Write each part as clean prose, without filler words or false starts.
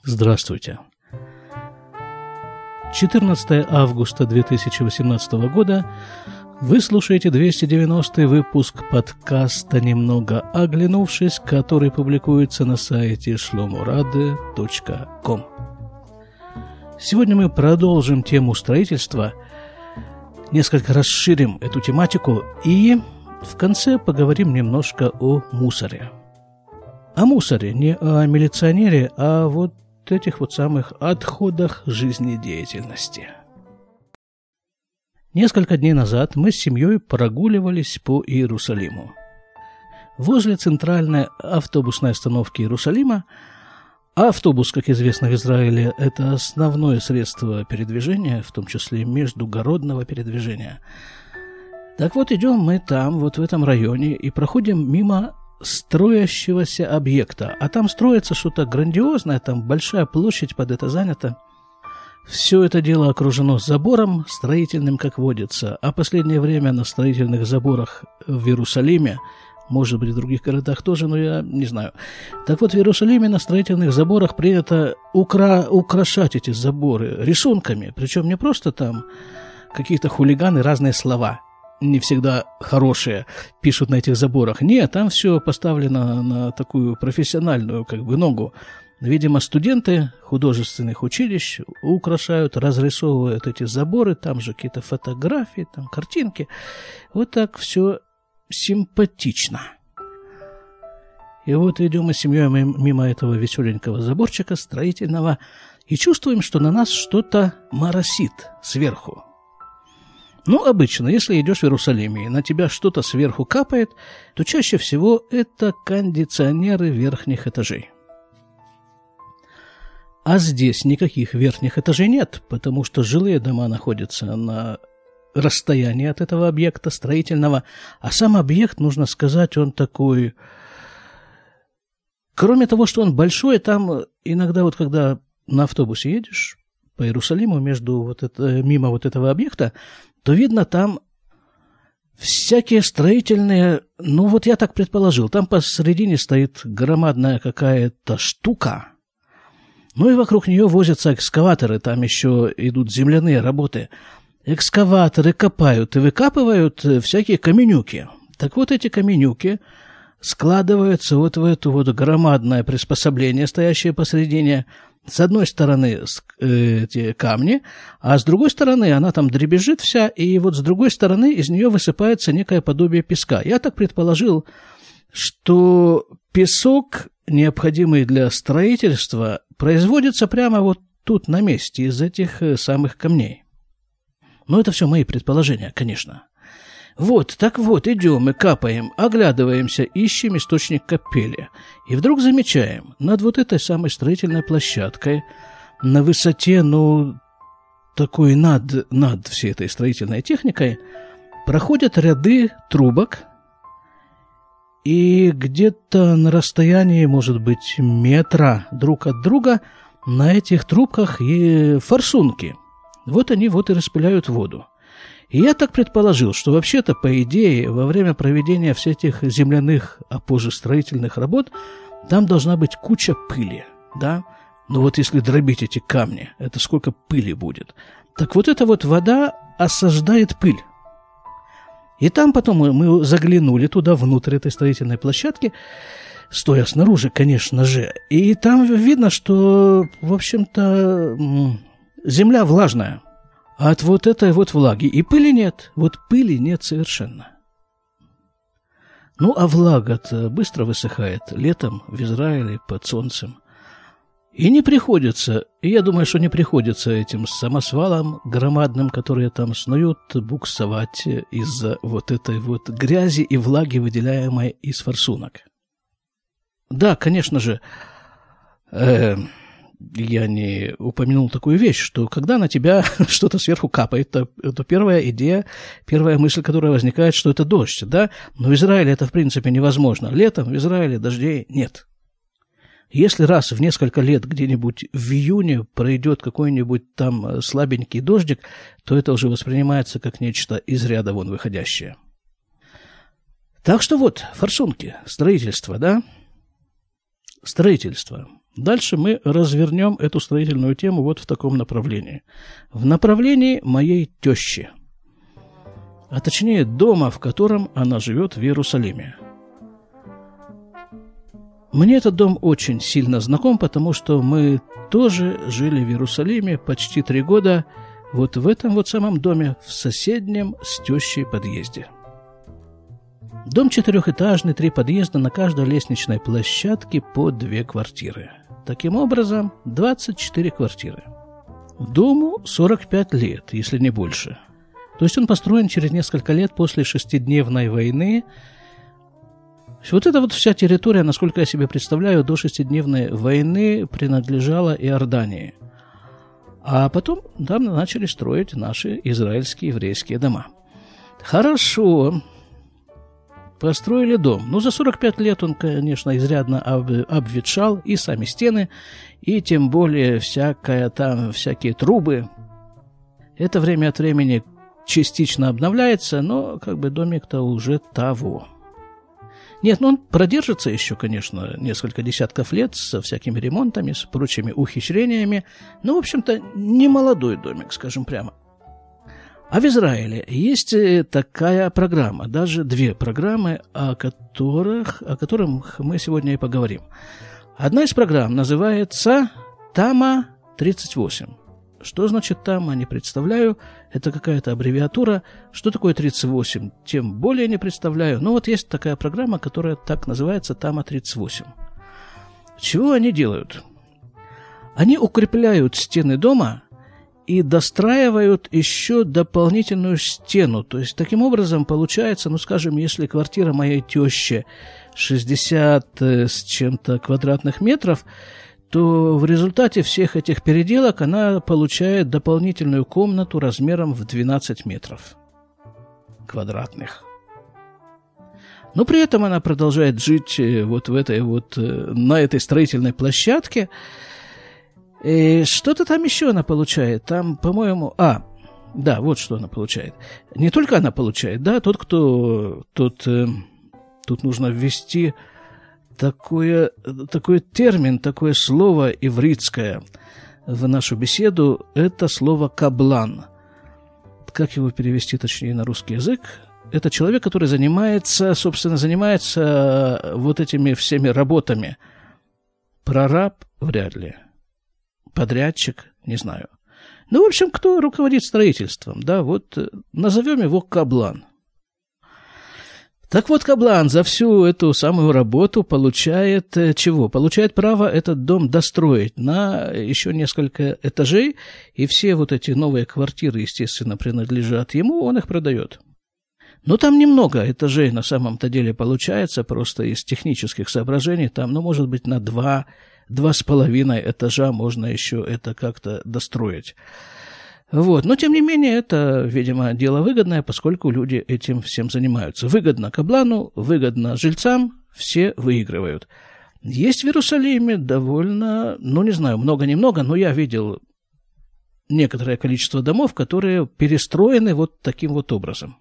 Здравствуйте. 14 августа 2018 года. Вы слушаете 290-й выпуск подкаста «Немного оглянувшись», который публикуется на сайте shlomorade.com. Сегодня мы продолжим тему строительства, несколько расширим эту тематику и в конце поговорим немножко о мусоре. О мусоре, не о милиционере, а вот этих вот самых отходах жизнедеятельности. Несколько дней назад мы с семьей прогуливались по Иерусалиму. Возле центральной автобусной остановки Иерусалима, автобус, как известно в Израиле, это основное средство передвижения, в том числе междугородного передвижения. Так вот, идем мы там, вот в этом районе, и проходим мимо строящегося объекта. А там строится что-то грандиозное, там большая площадь под это занята. Все это дело окружено забором строительным, как водится. А последнее время на строительных заборах в Иерусалиме, может быть, в других городах тоже, но я не знаю. Так вот, в Иерусалиме на строительных заборах принято украшать эти заборы рисунками. Причем не просто там какие-то хулиганы, разные слова, не всегда хорошие, пишут на этих заборах. Нет, там все поставлено на такую профессиональную ногу. Видимо, студенты художественных училищ украшают, разрисовывают эти заборы, там же какие-то фотографии, там картинки. Вот так все симпатично. И вот идем мы с семьей мимо этого веселенького заборчика строительного и чувствуем, что на нас что-то моросит сверху. Ну, обычно, если идешь в Иерусалиме и на тебя что-то сверху капает, то чаще всего это кондиционеры верхних этажей. А здесь никаких верхних этажей нет, потому что жилые дома находятся на расстоянии от этого объекта строительного, а сам объект, нужно сказать, он такой... Кроме того, что он большой, там иногда вот когда на автобусе едешь по Иерусалиму мимо вот этого объекта, то видно там всякие строительные... Ну, вот я так предположил, там посередине стоит громадная какая-то штука, ну и вокруг нее возятся экскаваторы, там еще идут земляные работы. Экскаваторы копают и выкапывают всякие каменюки. Так вот, эти каменюки складываются вот в это вот громадное приспособление, стоящее посередине. С одной стороны эти камни, а с другой стороны она там дребезжит вся, и вот с другой стороны из нее высыпается некое подобие песка. Я так предположил, что песок, необходимый для строительства, производится прямо вот тут на месте из этих самых камней. Но это все мои предположения, конечно. Вот, так вот, идем и капаем, оглядываемся, ищем источник капели. И вдруг замечаем, над вот этой самой строительной площадкой, на высоте, такой над всей этой строительной техникой, проходят ряды трубок, и где-то на расстоянии, может быть, метра друг от друга на этих трубках и форсунки. Вот они вот и распыляют воду. И я так предположил, что вообще-то, по идее, во время проведения всех этих земляных, а позже строительных работ, там должна быть куча пыли, да? Но вот если дробить эти камни, это сколько пыли будет. Так вот эта вот вода осаждает пыль. И там потом мы заглянули туда, внутрь этой строительной площадки, стоя снаружи, конечно же, и там видно, что, в общем-то, земля влажная. От вот этой вот влаги. И пыли нет. Вот пыли нет совершенно. Ну, а влага-то быстро высыхает летом в Израиле под солнцем. И не приходится, я думаю, что не приходится этим самосвалам громадным, которые там снуют, буксовать из-за вот этой вот грязи и влаги, выделяемой из форсунок. Да, конечно же, я не упомянул такую вещь, что когда на тебя что-то сверху капает, то первая идея, первая мысль, которая возникает, что это дождь, да? Но в Израиле это, в принципе, невозможно. Летом в Израиле дождей нет. Если раз в несколько лет где-нибудь в июне пройдет какой-нибудь там слабенький дождик, то это уже воспринимается как нечто из ряда вон выходящее. Так что вот, форсунки, строительство, да? строительство. Дальше мы развернем эту строительную тему вот в таком направлении. В направлении моей тещи. А точнее, дома, в котором она живет в Иерусалиме. Мне этот дом очень сильно знаком, потому что мы тоже жили в Иерусалиме почти 3 года вот в этом вот самом доме, в соседнем с тещей подъезде. Дом 4-этажный, 3 подъезда, на каждой лестничной площадке по 2 квартиры. Таким образом, 24 квартиры. Дому 45 лет, если не больше. То есть он построен через несколько лет после 6-дневной войны. Вот эта вот вся территория, насколько я себе представляю, до 6-дневной войны принадлежала Иордании. А потом там начали строить наши израильские еврейские дома. Хорошо. Построили дом. Ну, за 45 лет он, конечно, изрядно обветшал, и сами стены, и тем более всякие трубы. Это время от времени частично обновляется, но как бы домик-то уже того. Нет, ну он продержится еще, конечно, несколько десятков лет со всякими ремонтами, с прочими ухищрениями. Но, в общем-то, не молодой домик, скажем прямо. А в Израиле есть такая программа, даже 2 программы, о которых мы сегодня и поговорим. Одна из программ называется «Тама 38». Что значит «Тама», не представляю. Это какая-то аббревиатура. Что такое 38, тем более не представляю. Но вот есть такая программа, которая так называется «Тама 38». Чего они делают? Они укрепляют стены дома и достраивают еще дополнительную стену. То есть, таким образом, получается, ну, скажем, если квартира моей тещи 60 с чем-то квадратных метров, то в результате всех этих переделок она получает дополнительную комнату размером в 12 метров квадратных. Но при этом она продолжает жить вот в этой вот, на этой строительной площадке. И что-то там еще она получает. Там, по-моему... да, вот что она получает. Не только она получает, да, тот, кто... Тут нужно ввести такой термин, такое слово ивритское в нашу беседу. Это слово «каблан». Как его перевести, точнее, на русский язык? Это человек, который занимается вот этими всеми работами. Прораб вряд ли. Подрядчик, не знаю. Ну, в общем, кто руководит строительством, да, вот назовем его каблан. Так вот, каблан за всю эту самую работу получает чего? Получает право этот дом достроить на еще несколько этажей, и все вот эти новые квартиры, естественно, принадлежат ему, он их продает. Но там немного этажей на самом-то деле получается, просто из технических соображений, там, ну, может быть, на 2,5 этажа можно еще это как-то достроить. Вот. Но, тем не менее, это, видимо, дело выгодное, поскольку люди этим всем занимаются. Выгодно каблану, выгодно жильцам, все выигрывают. Есть в Иерусалиме довольно, ну, не знаю, много-немного, но я видел некоторое количество домов, которые перестроены вот таким вот образом.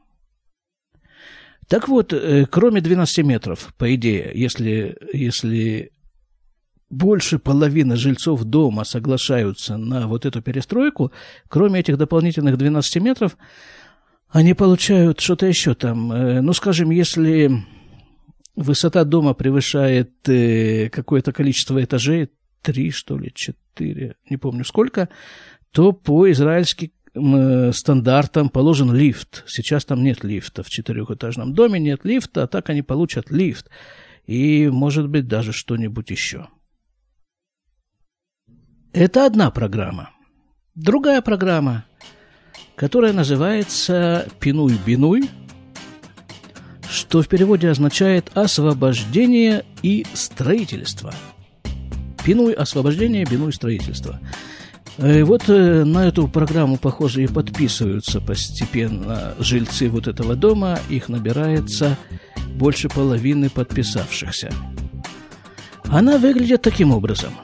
Так вот, кроме 12 метров, по идее, если больше половины жильцов дома соглашаются на вот эту перестройку, кроме этих дополнительных 12 метров, они получают что-то еще там. Ну, скажем, если высота дома превышает какое-то количество этажей, 3, что ли, 4, не помню сколько, то по израильским стандартам положен лифт. Сейчас там нет лифта. В 4-этажном доме нет лифта, а так они получат лифт. И, может быть, даже что-нибудь еще. Это одна программа. Другая программа, которая называется «Пинуй-бинуй», что в переводе означает «освобождение и строительство». Пинуй – освобождение, бинуй – строительство. И вот на эту программу, похоже, и подписываются постепенно жильцы вот этого дома. Их набирается больше половины подписавшихся. Она выглядит таким образом.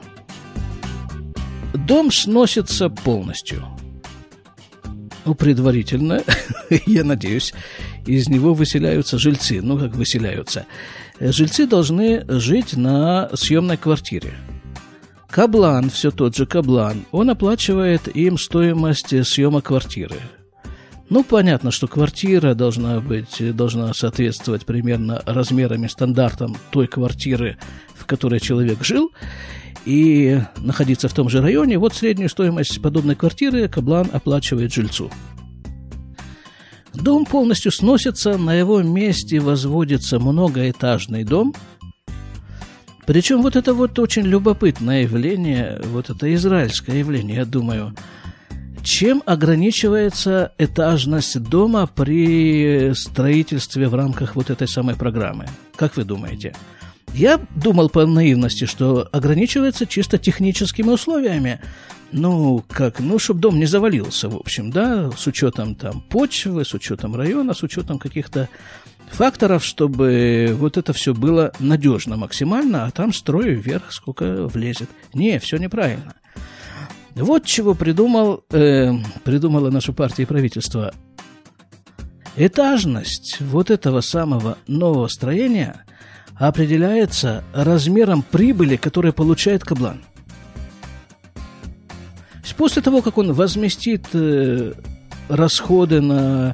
Дом сносится полностью. Ну, предварительно, я надеюсь, из него выселяются жильцы. Ну, как выселяются? жильцы должны жить на съемной квартире. Каблан, все тот же каблан, он оплачивает им стоимость съема квартиры. Ну, понятно, что квартира должна соответствовать примерно размерам и стандартам той квартиры, в которой человек жил, и находиться в том же районе. Вот среднюю стоимость подобной квартиры каблан оплачивает жильцу. Дом полностью сносится, на его месте возводится многоэтажный дом. Причем вот это вот очень любопытное явление, вот это израильское явление, я думаю. Чем ограничивается этажность дома при строительстве в рамках вот этой самой программы? Как вы думаете? Я думал по наивности, что ограничивается чисто техническими условиями. Чтобы дом не завалился, в общем, да, с учетом там почвы, с учетом района, с учетом каких-то факторов, чтобы вот это все было надежно максимально, а там строй вверх сколько влезет. Не, все неправильно. Вот чего придумала наша партия и правительство. Этажность вот этого самого нового строения определяется размером прибыли, которую получает каблан. После того, как он возместит расходы на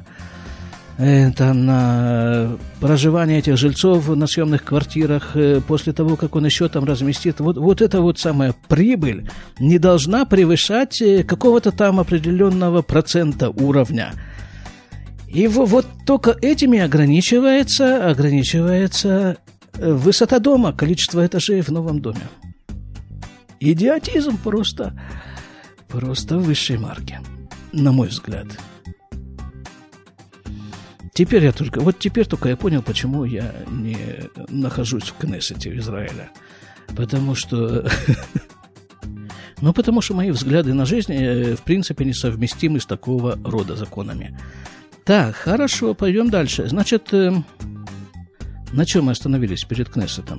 проживание этих жильцов на съемных квартирах, после того, как он еще там разместит, вот эта вот самая прибыль не должна превышать какого-то там определенного процента уровня. И вот только этими ограничивается высота дома, количество этажей в новом доме. Идиотизм просто высшей марки, на мой взгляд. Теперь только я понял, почему я не нахожусь в Кнессете в Израиле. Потому что мои взгляды на жизнь, в принципе, несовместимы с такого рода законами. Так, хорошо, пойдем дальше. Значит, на чем мы остановились перед Кнессетом?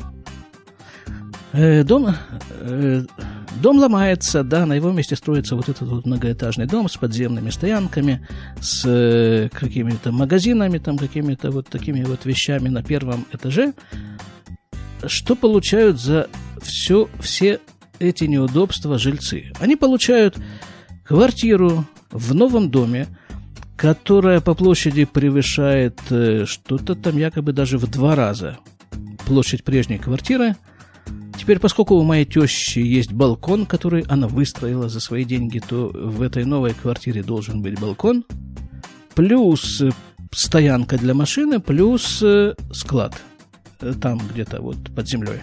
Дом ломается, да, на его месте строится вот этот вот многоэтажный дом с подземными стоянками, с какими-то магазинами, там какими-то вот такими вот вещами на первом этаже. Что получают за все эти неудобства жильцы? Они получают квартиру в новом доме, которая по площади превышает что-то там якобы даже в 2 раза площадь прежней квартиры. Теперь, поскольку у моей тещи есть балкон, который она выстроила за свои деньги, то в этой новой квартире должен быть балкон, плюс стоянка для машины, плюс склад там где-то вот под землей.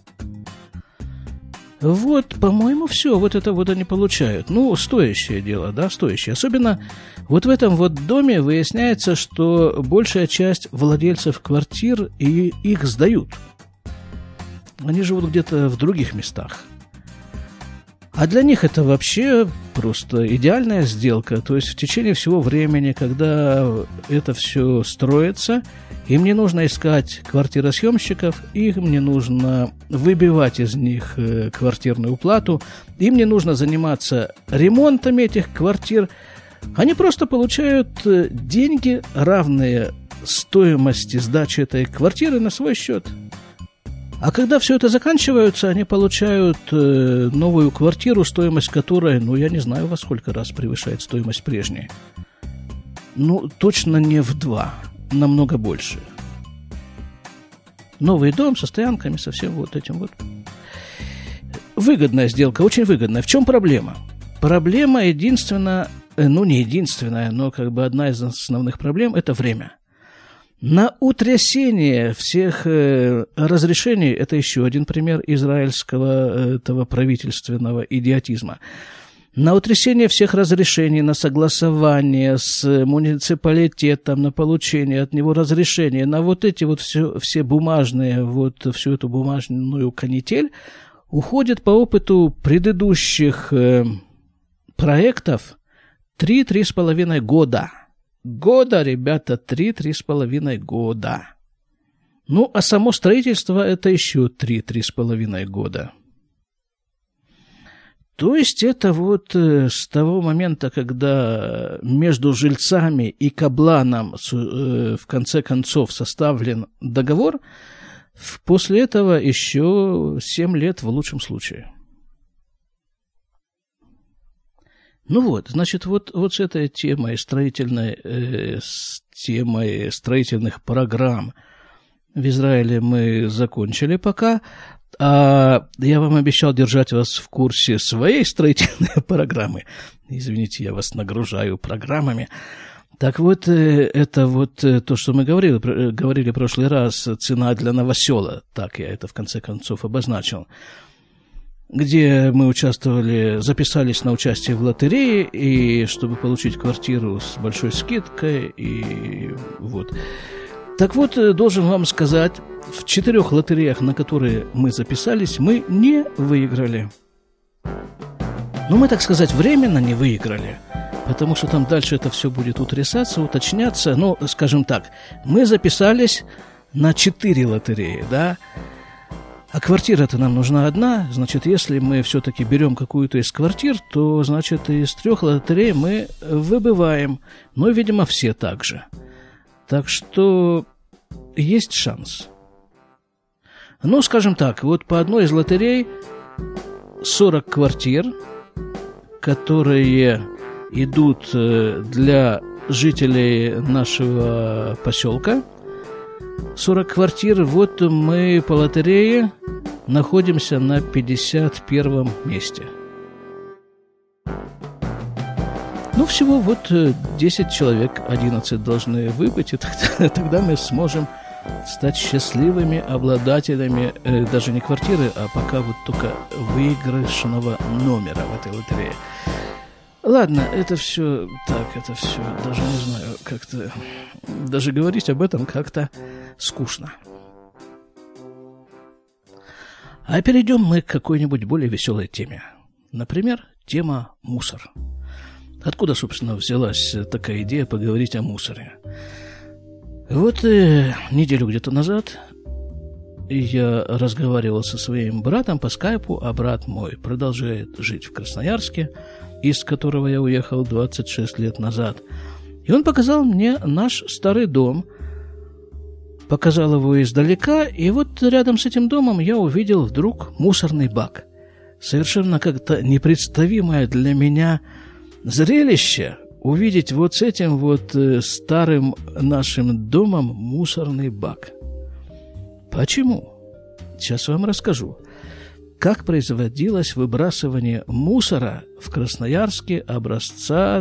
Вот, по-моему, все. Вот это вот они получают. Стоящее дело, да, стоящее. Особенно вот в этом вот доме выясняется, что большая часть владельцев квартир и их сдают. Они живут где-то в других местах. А для них это вообще просто идеальная сделка. То есть в течение всего времени, когда это все строится, им не нужно искать квартиросъемщиков, им не нужно выбивать из них квартирную плату, им не нужно заниматься ремонтами этих квартир. Они просто получают деньги, равные стоимости сдачи этой квартиры, на свой счет. А когда все это заканчивается, они получают новую квартиру, стоимость которой, я не знаю, во сколько раз превышает стоимость прежней. Точно не в 2, намного больше. Новый дом со стоянками, со всем вот этим вот. Выгодная сделка, очень выгодная. В чем проблема? Проблема единственная, не единственная, но одна из основных проблем – это время. На утрясение всех разрешений, это еще один пример израильского этого правительственного идиотизма, на утрясение всех разрешений, на согласование с муниципалитетом, на получение от него разрешения, на вот эти вот все бумажные, всю эту бумажную канитель уходит по опыту предыдущих проектов 3-3,5 года. Ребята, 3-3,5 года. А само строительство это еще 3-3,5 года. То есть это с того момента, когда между жильцами и кабланом в конце концов составлен договор, После этого еще 7 лет в лучшем случае. Ну вот, значит, вот с этой темой темой строительных программ в Израиле мы закончили пока. А я вам обещал держать вас в курсе своей строительной программы. Извините, я вас нагружаю программами. Так вот, это вот то, что мы говорили в прошлый раз, цена для новосела, так я это в конце концов обозначил, где мы записались на участие в лотерее, и чтобы получить квартиру с большой скидкой, и вот. Так вот, должен вам сказать, в 4 лотереях, на которые мы записались, мы не выиграли. Ну, мы, так сказать, временно не выиграли, потому что там дальше это все будет утрясаться, уточняться. Ну, скажем так, мы записались на 4 лотереи, да, а квартира-то нам нужна одна. Значит, если мы все-таки берем какую-то из квартир, то, значит, из 3 лотерей мы выбываем. Но, видимо, все так же. Так что есть шанс. Ну, скажем так, вот по одной из лотерей 40 квартир, которые идут для жителей нашего поселка. 40 квартир, вот мы по лотерее находимся на 51 месте. Ну, всего вот 10 человек, 11 должны выбыть, и тогда мы сможем стать счастливыми обладателями даже не квартиры, а пока вот только выигрышного номера в этой лотерее. Ладно, это все даже не знаю, как-то даже говорить об этом как-то скучно. А перейдем мы к какой-нибудь более веселой теме. Например, тема мусор. Откуда, собственно, взялась такая идея поговорить о мусоре? Вот неделю где-то назад я разговаривал со своим братом по скайпу, а брат мой продолжает жить в Красноярске, из которого я уехал 26 лет назад. И он показал мне наш старый дом, показал его издалека, и вот рядом с этим домом я увидел вдруг мусорный бак. Совершенно как-то непредставимое для меня зрелище увидеть вот с этим вот старым нашим домом мусорный бак. Почему? Сейчас вам расскажу. Как производилось выбрасывание мусора в Красноярске образца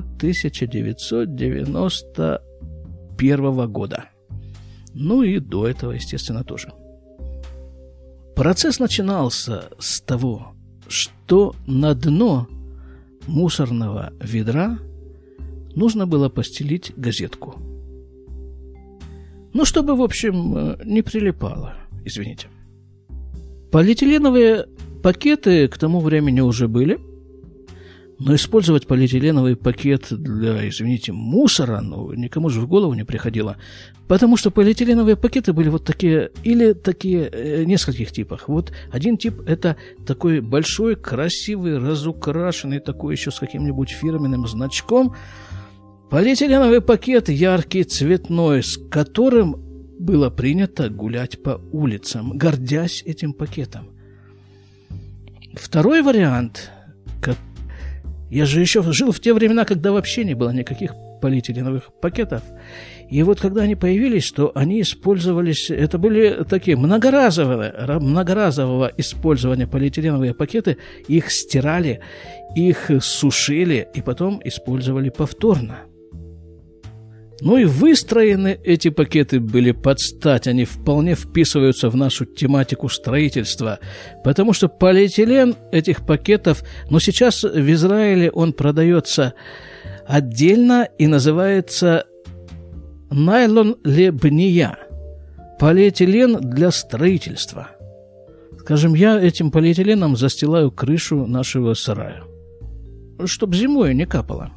1991 года. Ну и до этого, естественно, тоже. Процесс начинался с того, что на дно мусорного ведра нужно было постелить газетку. Ну, чтобы, в общем, не прилипало, извините. Полиэтиленовые пакеты к тому времени уже были, но использовать полиэтиленовый пакет для, извините, мусора, ну, никому же в голову не приходило, потому что полиэтиленовые пакеты были вот такие, или такие, нескольких типах. Вот один тип – это такой большой, красивый, разукрашенный, такой еще с каким-нибудь фирменным значком, полиэтиленовый пакет яркий, цветной, с которым было принято гулять по улицам, гордясь этим пакетом. Второй вариант. Я же еще жил в те времена, когда вообще не было никаких полиэтиленовых пакетов. И вот когда они появились, что они использовались, это были такие многоразового использования полиэтиленовые пакеты, их стирали, их сушили и потом использовали повторно. Ну и выстроены эти пакеты были под стать, они вполне вписываются в нашу тематику строительства, потому что полиэтилен этих пакетов, но сейчас в Израиле он продается отдельно и называется найлон лебния, полиэтилен для строительства. Скажем, я этим полиэтиленом застилаю крышу нашего сарая, чтобы зимой не капало.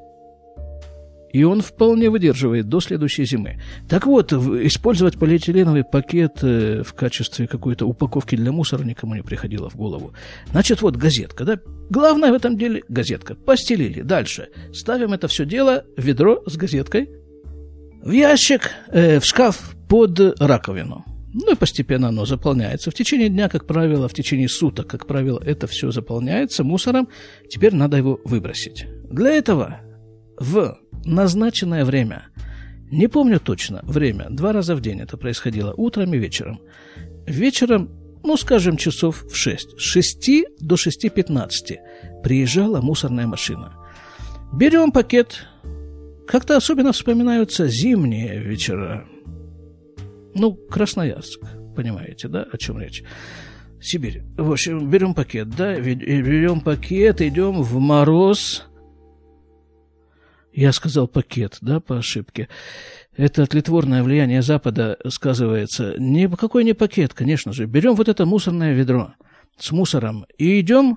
И он вполне выдерживает до следующей зимы. Так вот, использовать полиэтиленовый пакет в качестве какой-то упаковки для мусора никому не приходило в голову. Значит, вот газетка, да? Главное в этом деле газетка. Постелили. Дальше. Ставим это все дело в ведро с газеткой, в ящик, в шкаф под раковину. Ну и постепенно оно заполняется. В течение дня, как правило, в течение суток, как правило, это все заполняется мусором. Теперь надо его выбросить. Для этого в назначенное время, не помню точно время, 2 раза в день это происходило, утром и вечером. Вечером, ну, скажем, часов в 6. С 6 до 6:15 приезжала мусорная машина. Берем пакет. Как-то особенно вспоминаются зимние вечера. Ну, Красноярск, понимаете, да, о чем речь? Сибирь. В общем, берем пакет, да, берем пакет, идем в мороз. Я сказал пакет, да, по ошибке. Это тлетворное влияние Запада сказывается. Никакой не пакет, конечно же. Берем вот это мусорное ведро с мусором и идем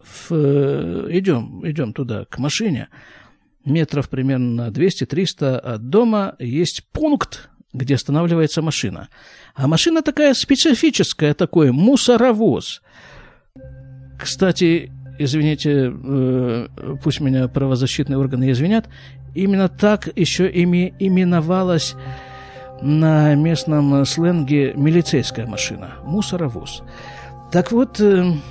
туда, к машине. Метров примерно 200-300 от дома есть пункт, где останавливается машина. А машина такая специфическая, такой мусоровоз. Кстати, извините, пусть меня правозащитные органы извинят, именно так еще именовалась на местном сленге милицейская машина, мусоровоз. Так вот,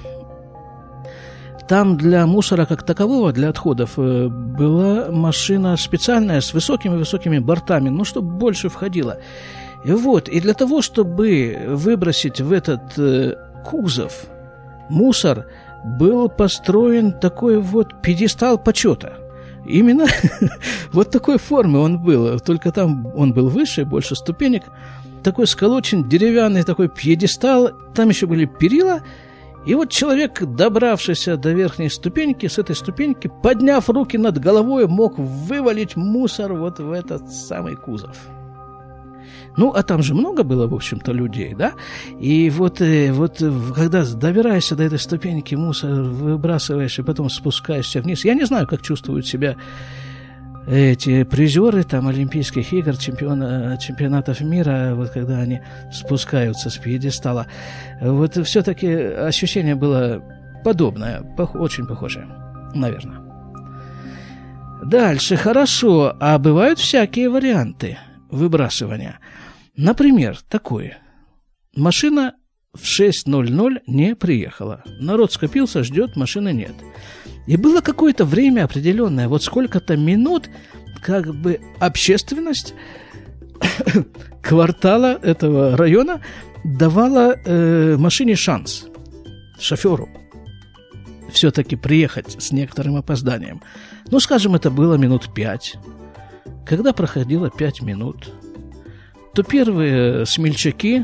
там для мусора как такового, для отходов, была машина специальная с высокими-высокими бортами, ну, чтобы больше входило. И вот, и для того, чтобы выбросить в этот кузов мусор, был построен такой вот пьедестал почета. Именно вот такой формы он был, только там он был выше, больше ступенек. Такой сколочен деревянный такой пьедестал, там еще были перила. И вот человек, добравшийся до верхней ступеньки, с этой ступеньки, подняв руки над головой, мог вывалить мусор вот в этот самый кузов. Ну, а там же много было, в общем-то, людей, да? И вот когда добираешься до этой ступеньки, мусор выбрасываешь и потом спускаешься вниз. Я не знаю, как чувствуют себя эти призеры там Олимпийских игр, чемпионатов мира, вот когда они спускаются с пьедестала. Вот все-таки ощущение было подобное, очень похожее, наверное. Дальше, хорошо. А бывают всякие варианты выбрасывания. Например, такое. Машина в 6:00 не приехала. Народ скопился, ждет, машины нет. И было какое-то время определенное, вот сколько-то минут, как бы общественность квартала этого района давала машине шанс, шоферу, все-таки приехать с некоторым опозданием. Ну, скажем, это было минут 5. Когда проходило 5 минут, то первые смельчаки,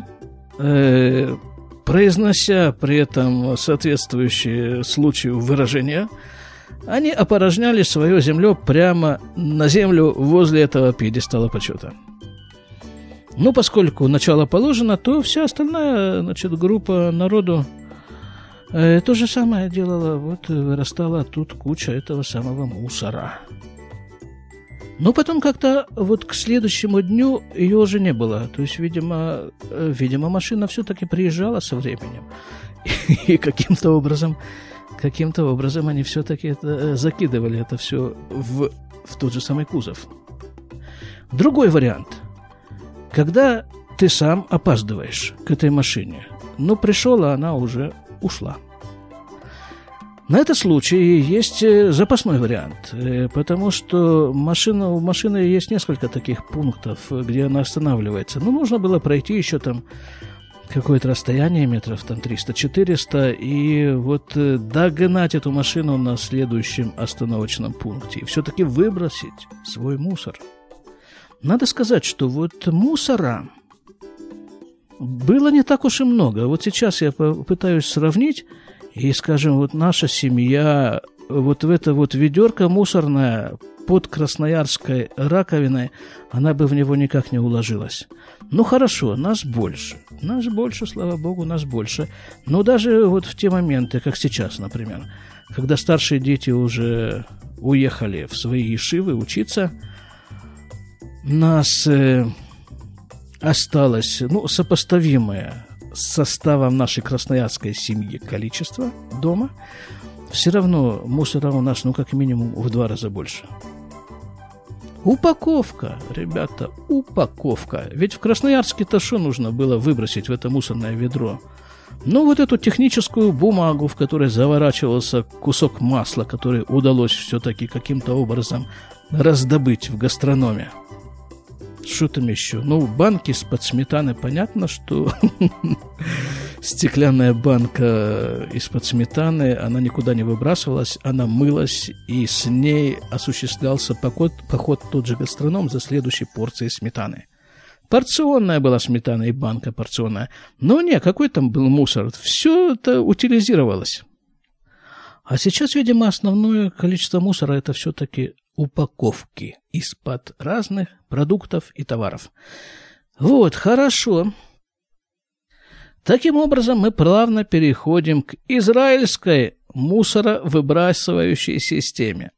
произнося при этом соответствующие случаю выражения, они опорожняли свое земле прямо на землю возле этого пьедестала почета. Но поскольку начало положено, то вся остальная, группа народу то же самое делала. Вот вырастала тут куча этого самого мусора. Но потом как-то вот к следующему дню ее уже не было. То есть, видимо, машина все-таки приезжала со временем. И каким-то образом они все-таки закидывали это все в тот же самый кузов. Другой вариант. Когда ты сам опаздываешь к этой машине, но пришел, а она уже ушла. На этот случай есть запасной вариант, потому что у машины есть несколько таких пунктов, где она останавливается. Но нужно было пройти еще там какое-то расстояние, метров там 300-400, и вот догнать эту машину на следующем остановочном пункте и все-таки выбросить свой мусор. Надо сказать, что вот мусора было не так уж и много. Вот сейчас я попытаюсь сравнить. И, скажем, вот наша семья, вот в это вот ведерко мусорное под красноярской раковиной, она бы в него никак не уложилась. Ну, хорошо, нас больше, слава богу, нас больше. Но даже вот в те моменты, как сейчас, например, когда старшие дети уже уехали в свои ешивы учиться, нас осталось, сопоставимое с составом нашей красноярской семьи количество дома, все равно мусора у нас, как минимум, в 2 раза больше. Упаковка, ребята, упаковка. Ведь в Красноярске-то что нужно было выбросить в это мусорное ведро? Ну, вот эту техническую бумагу, в которой заворачивался кусок масла, который удалось все-таки каким-то образом раздобыть в гастрономе. Что там еще? Ну, банки из-под сметаны, понятно, что стеклянная банка из-под сметаны, она никуда не выбрасывалась, она мылась, и с ней осуществлялся поход в тот же гастроном за следующей порцией сметаны. Порционная была сметана и банка порционная. Но не, какой там был мусор? Все это утилизировалось. А сейчас, видимо, основное количество мусора – это все-таки упаковки из-под разных продуктов и товаров. Вот, хорошо. Таким образом, мы плавно переходим к израильской мусоровыбрасывающей системе.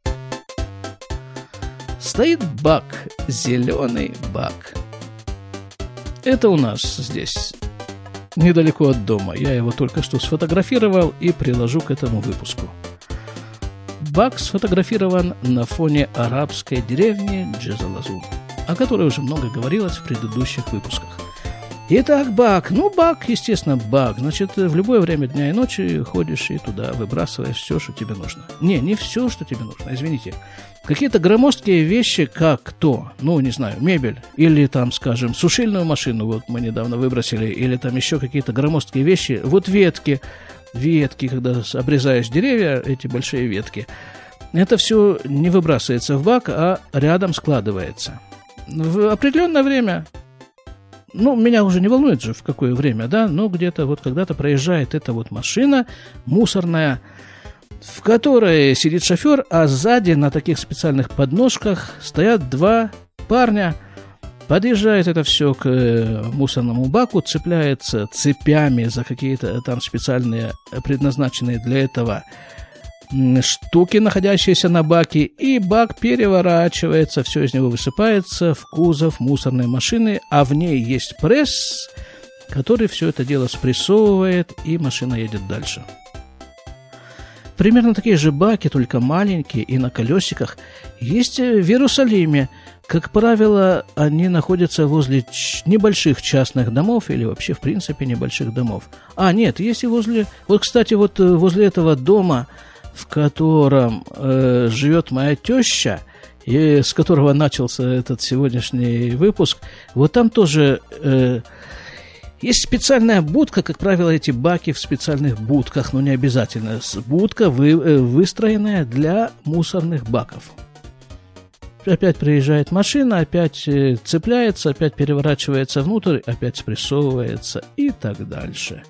Стоит бак, зеленый бак. Это у нас здесь, недалеко от дома. Я его только что сфотографировал и приложу к этому выпуску. Бак сфотографирован на фоне арабской деревни Джезалазу, о которой уже много говорилось в предыдущих выпусках. Итак, бак. Ну, бак, естественно, бак. Значит, в любое время дня и ночи ходишь и туда выбрасываешь все, что тебе нужно. Не все, что тебе нужно, извините. Какие-то громоздкие вещи, как то, ну, не знаю, мебель, или там, скажем, сушильную машину, вот мы недавно выбросили, или там еще какие-то громоздкие вещи, вот ветки, когда обрезаешь деревья, эти большие ветки, это все не выбрасывается в бак, а рядом складывается. В определенное время, ну, меня уже не волнует же, в какое время, да, но где-то вот когда-то проезжает эта вот машина мусорная, в которой сидит шофер, а сзади на таких специальных подножках стоят два парня. Подъезжает это все к мусорному баку, цепляется цепями за какие-то там специальные, предназначенные для этого штуки, находящиеся на баке, и бак переворачивается, все из него высыпается в кузов мусорной машины, а в ней есть пресс, который все это дело спрессовывает, и машина едет дальше. Примерно такие же баки, только маленькие и на колесиках, есть в Иерусалиме. Как правило, они находятся возле небольших частных домов или вообще, в принципе, небольших домов. А, нет, есть и возле... Вот, кстати, вот возле этого дома, в котором живет моя теща, и с которого начался этот сегодняшний выпуск, вот там тоже... Есть специальная будка, как правило, эти баки в специальных будках, но не обязательно. Будка, выстроенная для мусорных баков. Опять приезжает машина, опять цепляется, опять переворачивается внутрь, опять спрессовывается и так дальше.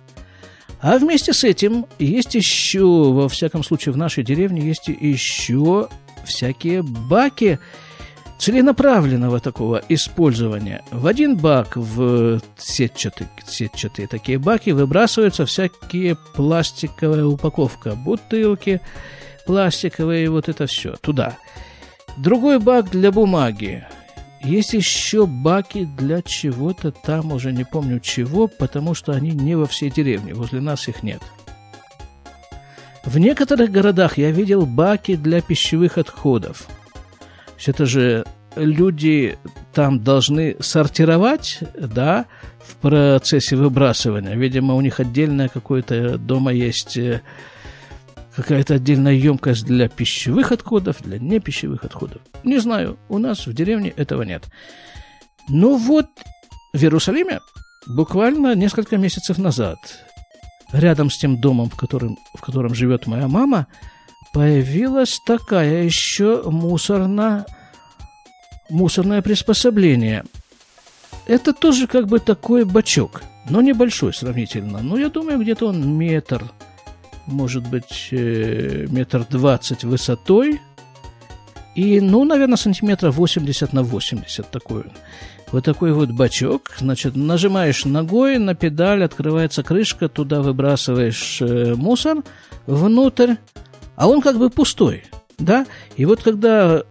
А вместе с этим есть еще, во всяком случае в нашей деревне, есть еще всякие баки целенаправленного такого использования. В один бак, в сетчатые такие баки, выбрасываются всякие пластиковая упаковка, бутылки пластиковые, вот это все туда. Другой бак для бумаги. Есть еще баки для чего-то там, уже не помню чего, потому что они не во всей деревне, возле нас их нет. В некоторых городах я видел баки для пищевых отходов. Это же люди там должны сортировать, да, в процессе выбрасывания. Видимо, у них отдельное какое-то дома есть, какая-то отдельная емкость для пищевых отходов, для непищевых отходов. Не знаю, у нас в деревне этого нет. Но вот в Иерусалиме буквально несколько месяцев назад, рядом с тем домом, в котором живет моя мама, появилась такая еще мусорное приспособление. Это тоже как бы такой бачок, но небольшой сравнительно. Но я думаю, где-то он метр, может быть, 1,20 м высотой. И, ну, наверное, сантиметров 80 на 80 такой. Вот такой вот бачок. Значит, нажимаешь ногой на педаль, открывается крышка, туда выбрасываешь мусор внутрь, а он как бы пустой, да? И вот когда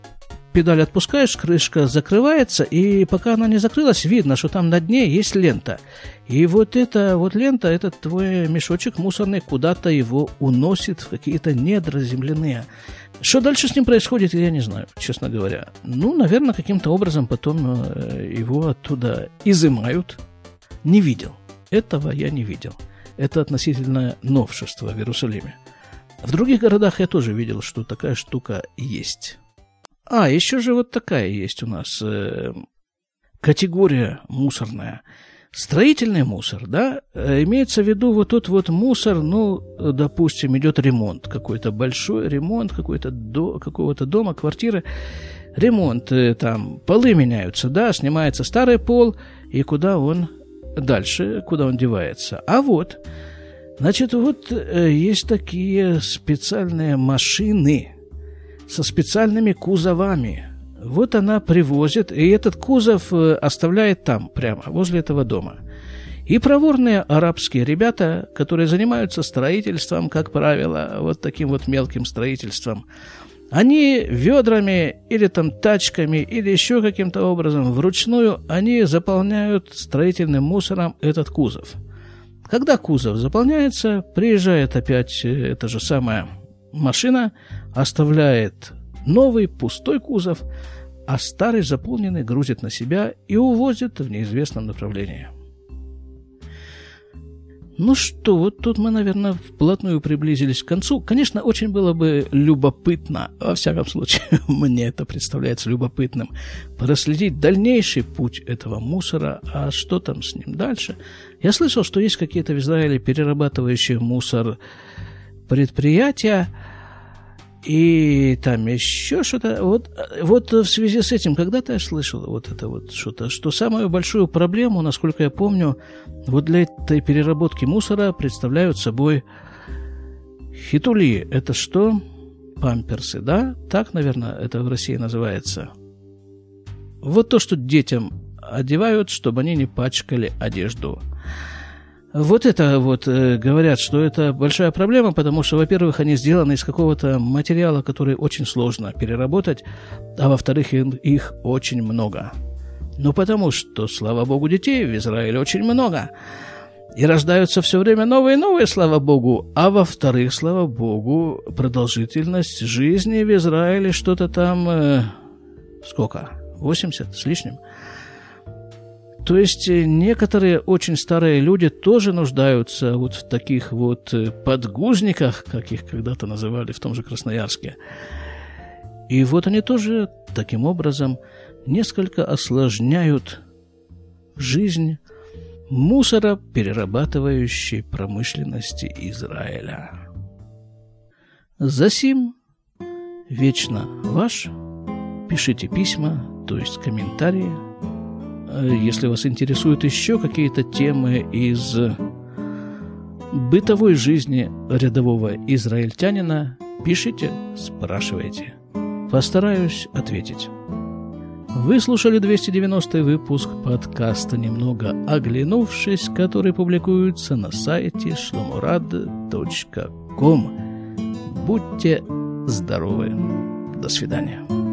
педаль отпускаешь, крышка закрывается, и пока она не закрылась, видно, что там на дне есть лента. И вот эта вот лента, этот твой мешочек мусорный куда-то его уносит в какие-то недра земляные. Что дальше с ним происходит, я не знаю, честно говоря. Ну, наверное, каким-то образом потом его оттуда изымают. Не видел. Этого я не видел. Это относительное новшество в Иерусалиме. В других городах я тоже видел, что такая штука есть. Еще же вот такая есть у нас категория мусорная. Строительный мусор, да, имеется в виду вот тот вот мусор, ну, допустим, идет ремонт, какой-то большой ремонт, какого-то дома, квартиры, ремонт, там, полы меняются, да, снимается старый пол, и куда он дальше, куда он девается. А вот, значит, вот есть такие специальные машины со специальными кузовами. Вот она привозит, и этот кузов оставляет там, прямо возле этого дома. И проворные арабские ребята, которые занимаются строительством, как правило, вот таким вот мелким строительством, они ведрами или там тачками, или еще каким-то образом вручную, они заполняют строительным мусором этот кузов. Когда кузов заполняется, приезжает опять эта же самая машина, оставляет новый пустой кузов, а старый заполненный грузит на себя и увозит в неизвестном направлении. Ну что, вот тут мы, наверное, вплотную приблизились к концу. Конечно, очень было бы любопытно, во всяком случае, мне это представляется любопытным, проследить дальнейший путь этого мусора, а что там с ним дальше. Я слышал, что есть какие-то в Израиле перерабатывающие мусор предприятия, и там еще что-то. Вот в связи с этим, когда-то я слышал вот это вот что-то, что самую большую проблему, насколько я помню, вот для этой переработки мусора представляют собой хитули. Это что? Памперсы, да? Так, наверное, это в России называется. Вот то, что детям одевают, чтобы они не пачкали одежду. Вот это вот говорят, что это большая проблема, потому что, во-первых, они сделаны из какого-то материала, который очень сложно переработать, а во-вторых, их очень много. Ну, потому что, слава богу, детей в Израиле очень много. И рождаются все время новые и новые, слава богу. А во-вторых, слава богу, продолжительность жизни в Израиле что-то там... сколько? 80 с лишним? То есть некоторые очень старые люди тоже нуждаются вот в таких вот подгузниках, как их когда-то называли в том же Красноярске. И вот они тоже таким образом несколько осложняют жизнь мусороперерабатывающей промышленности Израиля. Засим вечно ваш. Пишите письма, то есть комментарии. Если вас интересуют еще какие-то темы из бытовой жизни рядового израильтянина, пишите, спрашивайте. Постараюсь ответить. Вы слушали 290-й выпуск подкаста «Немного оглянувшись», который публикуется на сайте shlomorad.com. Будьте здоровы. До свидания.